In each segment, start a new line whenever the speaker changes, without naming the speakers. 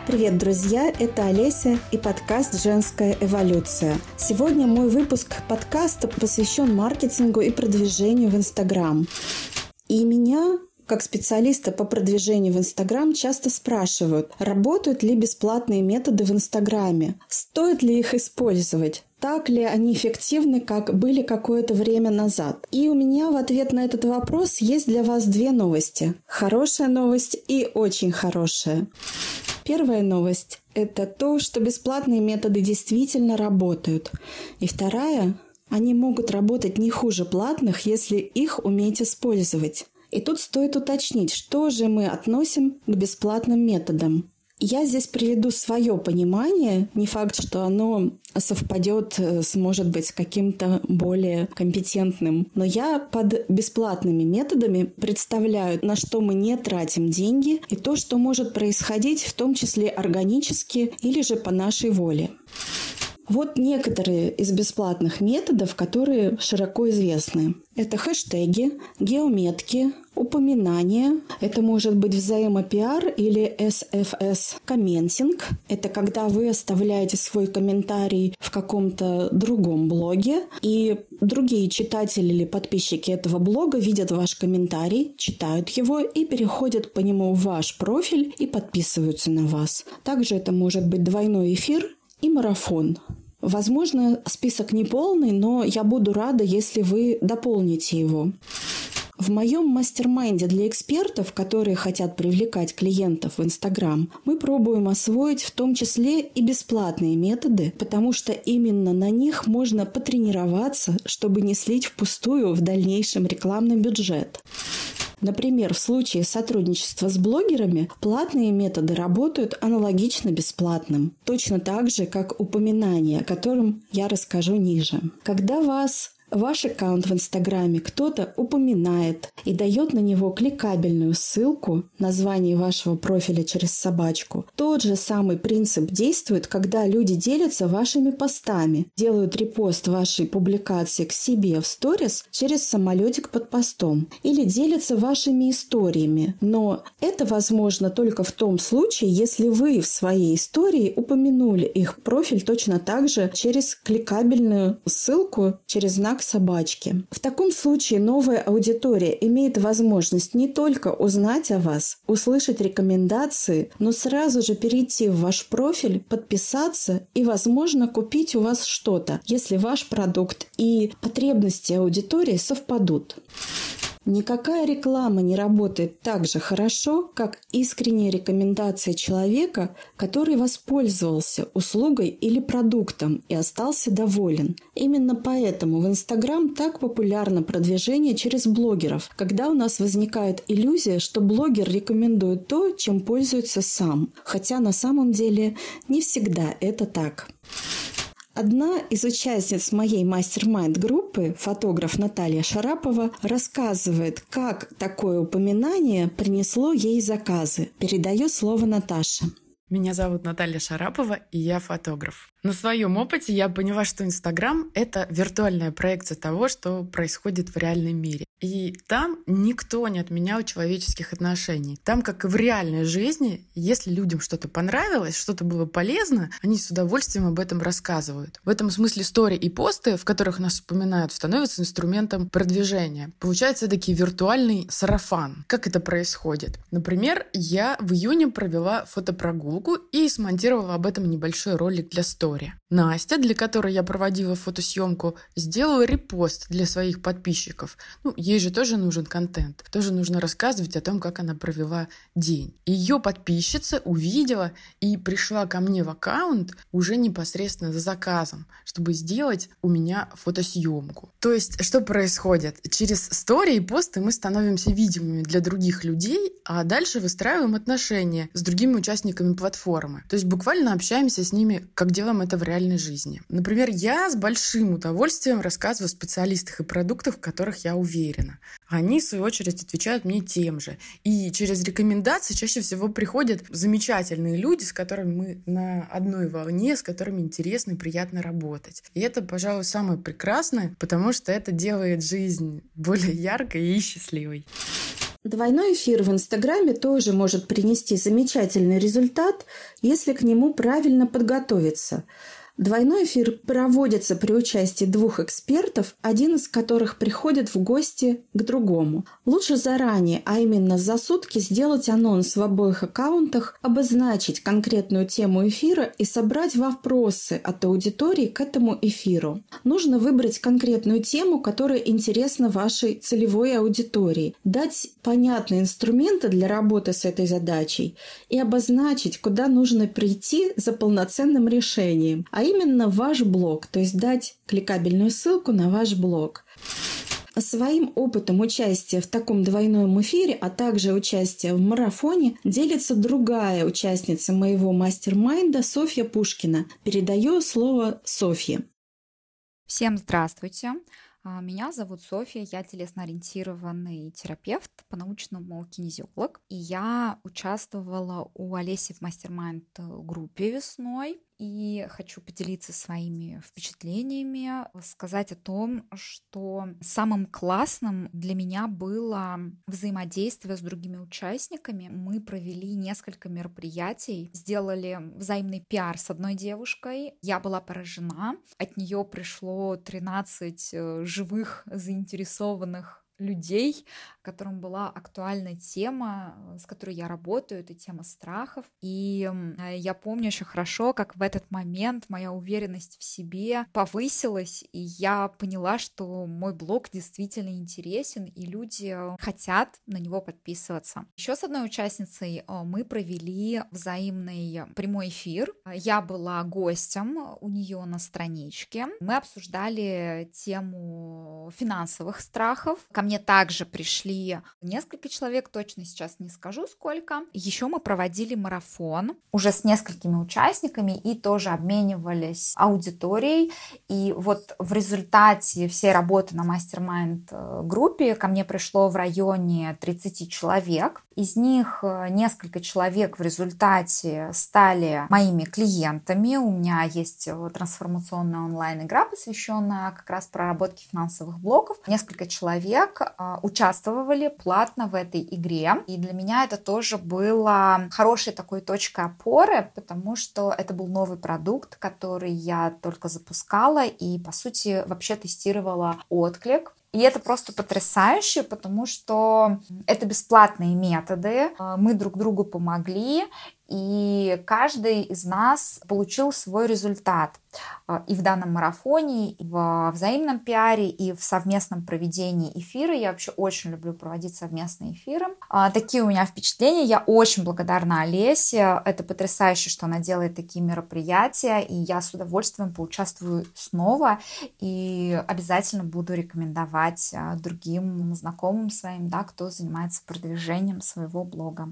Привет, друзья! Это Олеся и подкаст «Женская эволюция». Сегодня мой выпуск подкаста посвящен маркетингу и продвижению в Инстаграм. И меня, как специалиста по продвижению в Инстаграм, часто спрашивают, работают ли бесплатные методы в Инстаграме, стоит ли их использовать. Так ли они эффективны, как были какое-то время назад? И у меня в ответ на этот вопрос есть для вас две новости. Хорошая новость и очень хорошая. Первая новость – это то, что бесплатные методы действительно работают. И вторая – они могут работать не хуже платных, если их уметь использовать. И тут стоит уточнить, что же мы относим к бесплатным методам. Я здесь приведу свое понимание, не факт, что оно совпадет может быть, с каким-то более компетентным. Но я под бесплатными методами представляю, на что мы не тратим деньги, и то, что может происходить, в том числе органически или же по нашей воле. Вот некоторые из бесплатных методов, которые широко известны. Это хэштеги, геометки, упоминания. Это может быть взаимопиар или SFS. Комментинг. Это когда вы оставляете свой комментарий в каком-то другом блоге, и другие читатели или подписчики этого блога видят ваш комментарий, читают его и переходят по нему в ваш профиль и подписываются на вас. Также это может быть двойной эфир и марафон. Возможно, список не полный, но я буду рада, если вы дополните его. В моем мастер-майнде для экспертов, которые хотят привлекать клиентов в Инстаграм, мы пробуем освоить в том числе и бесплатные методы, потому что именно на них можно потренироваться, чтобы не слить впустую в дальнейшем рекламный бюджет. Например, в случае сотрудничества с блогерами платные методы работают аналогично бесплатным, точно так же, как упоминания, о котором я расскажу ниже. Когда ваш аккаунт в Инстаграме кто-то упоминает и дает на него кликабельную ссылку, название вашего профиля через собачку. Тот же самый принцип действует, когда люди делятся вашими постами, делают репост вашей публикации к себе в сторис через самолетик под постом или делятся вашими историями. Но это возможно только в том случае, если вы в своей истории упомянули их профиль точно так же через кликабельную ссылку через знак собачки. В таком случае новая аудитория имеет возможность не только узнать о вас, услышать рекомендации, но сразу же перейти в ваш профиль, подписаться и, возможно, купить у вас что-то, если ваш продукт и потребности аудитории совпадут. Никакая реклама не работает так же хорошо, как искренняя рекомендация человека, который воспользовался услугой или продуктом и остался доволен. Именно поэтому в Инстаграм так популярно продвижение через блогеров, когда у нас возникает иллюзия, что блогер рекомендует то, чем пользуется сам. Хотя на самом деле не всегда это так. Одна из участниц моей мастер-майнд-группы, фотограф Наталья Шарапова, рассказывает, как такое упоминание принесло ей заказы. Передаю слово Наташе.
Меня зовут Наталья Шарапова, и я фотограф. На своем опыте я поняла, что Инстаграм — это виртуальная проекция того, что происходит в реальном мире. И там никто не отменял человеческих отношений. Там, как и в реальной жизни, если людям что-то понравилось, что-то было полезно, они с удовольствием об этом рассказывают. В этом смысле стори и посты, в которых нас вспоминают, становятся инструментом продвижения. Получается такой виртуальный сарафан. Как это происходит? Например, я в июне провела фотопрогулку и смонтировала об этом небольшой ролик для стори. Настя, для которой я проводила фотосъемку, сделала репост для своих подписчиков. Ей же тоже нужен контент. Тоже нужно рассказывать о том, как она провела день. Ее подписчица увидела и пришла ко мне в аккаунт уже непосредственно за заказом, чтобы сделать у меня фотосъемку. То есть, что происходит? Через стори и посты мы становимся видимыми для других людей, а дальше выстраиваем отношения с другими участниками платформы. То есть, буквально общаемся с ними, как делаем это в реальной жизни. Например, я с большим удовольствием рассказываю о специалистах и продуктах, в которых я уверена. Они, в свою очередь, отвечают мне тем же. И через рекомендации чаще всего приходят замечательные люди, с которыми мы на одной волне, с которыми интересно и приятно работать. И это, пожалуй, самое прекрасное, потому что это делает жизнь более яркой и счастливой.
Двойной эфир в Инстаграме тоже может принести замечательный результат, если к нему правильно подготовиться. Двойной эфир проводится при участии 2 экспертов, один из которых приходит в гости к другому. Лучше заранее, а именно за сутки, сделать анонс в обоих аккаунтах, обозначить конкретную тему эфира и собрать вопросы от аудитории к этому эфиру. Нужно выбрать конкретную тему, которая интересна вашей целевой аудитории, дать понятные инструменты для работы с этой задачей и обозначить, куда нужно прийти за полноценным решением, а именно ваш блог, то есть дать кликабельную ссылку на ваш блог. Своим опытом участия в таком двойном эфире, а также участия в марафоне, делится другая участница моего мастер-майнда Софья Пушкина. Передаю слово Софье.
Всем здравствуйте. Меня зовут Софья, я телесно-ориентированный терапевт, по-научному кинезиолог. И я участвовала у Олеси в мастер-майнд-группе весной. И хочу поделиться своими впечатлениями, сказать о том, что самым классным для меня было взаимодействие с другими участниками. Мы провели несколько мероприятий, сделали взаимный пиар с одной девушкой. Я была поражена. От нее пришло 13 живых заинтересованных людей, которым была актуальна тема, с которой я работаю, это тема страхов. И я помню еще хорошо, как в этот момент моя уверенность в себе повысилась, и я поняла, что мой блог действительно интересен, и люди хотят на него подписываться. Еще с одной участницей мы провели взаимный прямой эфир. Я была гостем у нее на страничке. Мы обсуждали тему финансовых страхов. Ко мне также пришли несколько человек, точно сейчас не скажу сколько. Еще мы проводили марафон уже с несколькими участниками и тоже обменивались аудиторией. И вот в результате всей работы на мастер-майнд группе ко мне пришло в районе 30 человек. Из них несколько человек в результате стали моими клиентами. У меня есть трансформационная онлайн-игра, посвященная как раз проработке финансовых блоков. Несколько человек участвовали платно в этой игре. И для меня это тоже было хорошей такой точкой опоры, потому что это был новый продукт, который я только запускала и, по сути, вообще тестировала отклик. И это просто потрясающе, потому что это бесплатные методы, мы друг другу помогли, и каждый из нас получил свой результат. И в данном марафоне, и в взаимном пиаре, и в совместном проведении эфира. Я вообще очень люблю проводить совместные эфиры. Такие у меня впечатления. Я очень благодарна Олесе. Это потрясающе, что она делает такие мероприятия, и я с удовольствием поучаствую снова, и обязательно буду рекомендовать другим знакомым своим, да, кто занимается продвижением своего блога.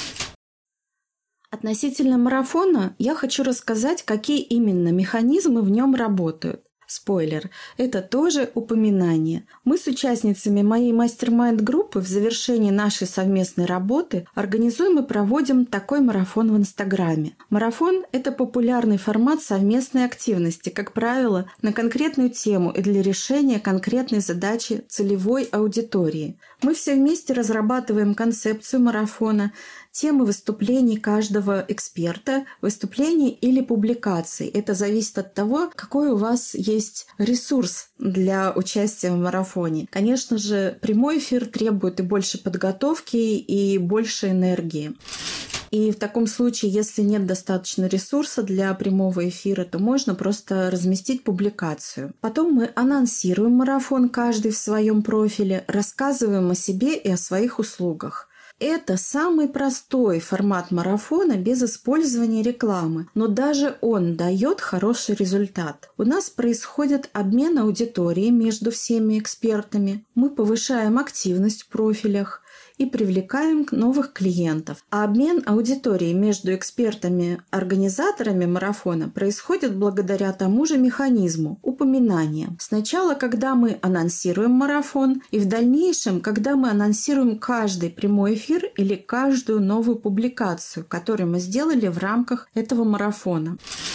Относительно марафона я хочу рассказать, какие именно механизмы в нем работают. Спойлер, это тоже упоминание. Мы с участницами моей мастер-майнд-группы в завершении нашей совместной работы организуем и проводим такой марафон в Инстаграме. Марафон – это популярный формат совместной активности, как правило, на конкретную тему и для решения конкретной задачи целевой аудитории. Мы все вместе разрабатываем концепцию марафона, темы выступлений каждого эксперта, выступлений или публикаций. Это зависит от того, какой у вас есть ресурс для участия в марафоне. Конечно же, прямой эфир требует и больше подготовки, и больше энергии. И в таком случае, если нет достаточно ресурса для прямого эфира, то можно просто разместить публикацию. Потом мы анонсируем марафон, каждый в своем профиле, рассказываем о себе и о своих услугах. Это самый простой формат марафона без использования рекламы, но даже он дает хороший результат. У нас происходит обмен аудиторией между всеми экспертами, мы повышаем активность в профилях и привлекаем новых клиентов. А обмен аудиторией между экспертами-организаторами марафона происходит благодаря тому же механизму – упоминания. Сначала, когда мы анонсируем марафон, и в дальнейшем, когда мы анонсируем каждый прямой эфир или каждую новую публикацию, которую мы сделали в рамках этого марафона.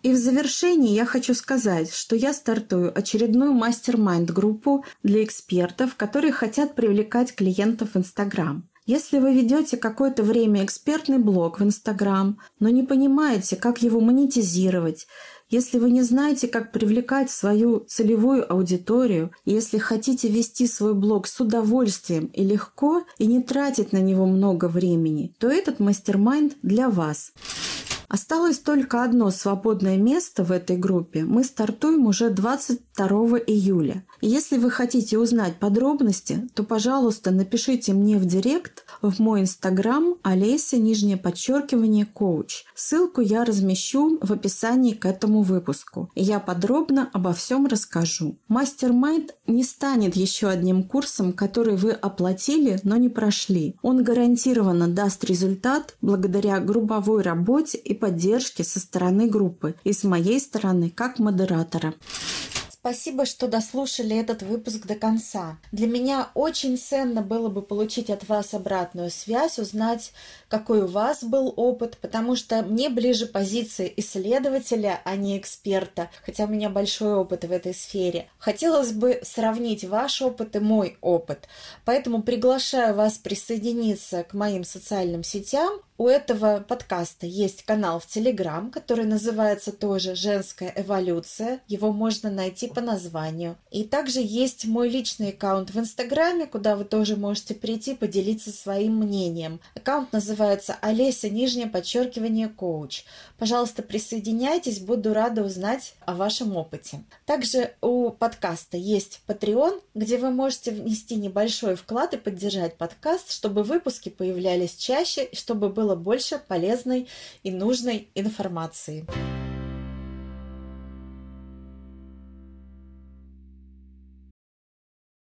И в завершении я хочу сказать, что я стартую очередную мастер-майнд-группу для экспертов, которые хотят привлекать клиентов в Инстаграм. Если вы ведете какое-то время экспертный блог в Инстаграм, но не понимаете, как его монетизировать, если вы не знаете, как привлекать свою целевую аудиторию, если хотите вести свой блог с удовольствием и легко, и не тратить на него много времени, то этот мастер-майнд для вас. Осталось только одно свободное место в этой группе. Мы стартуем уже 22 июля. И если вы хотите узнать подробности, то, пожалуйста, напишите мне в директ в мой инстаграм Олеся_коуч. Ссылку я размещу в описании к этому выпуску. И я подробно обо всем расскажу. Мастер-майнд не станет еще одним курсом, который вы оплатили, но не прошли. Он гарантированно даст результат благодаря групповой работе и поддержки со стороны группы и с моей стороны как модератора. Спасибо, что дослушали этот выпуск до конца. Для меня очень ценно было бы получить от вас обратную связь, узнать, какой у вас был опыт, потому что мне ближе позиции исследователя, а не эксперта, хотя у меня большой опыт в этой сфере. Хотелось бы сравнить ваш опыт и мой опыт, поэтому приглашаю вас присоединиться к моим социальным сетям. У этого подкаста есть канал в Телеграм, который называется тоже «Женская эволюция». Его можно найти по названию. И также есть мой личный аккаунт в Инстаграме, куда вы тоже можете прийти, поделиться своим мнением. Аккаунт называется Олеся_коуч. Пожалуйста, присоединяйтесь, буду рада узнать о вашем опыте. Также у подкаста есть Patreon, где вы можете внести небольшой вклад и поддержать подкаст, чтобы выпуски появлялись чаще, и чтобы было больше полезной и нужной информации.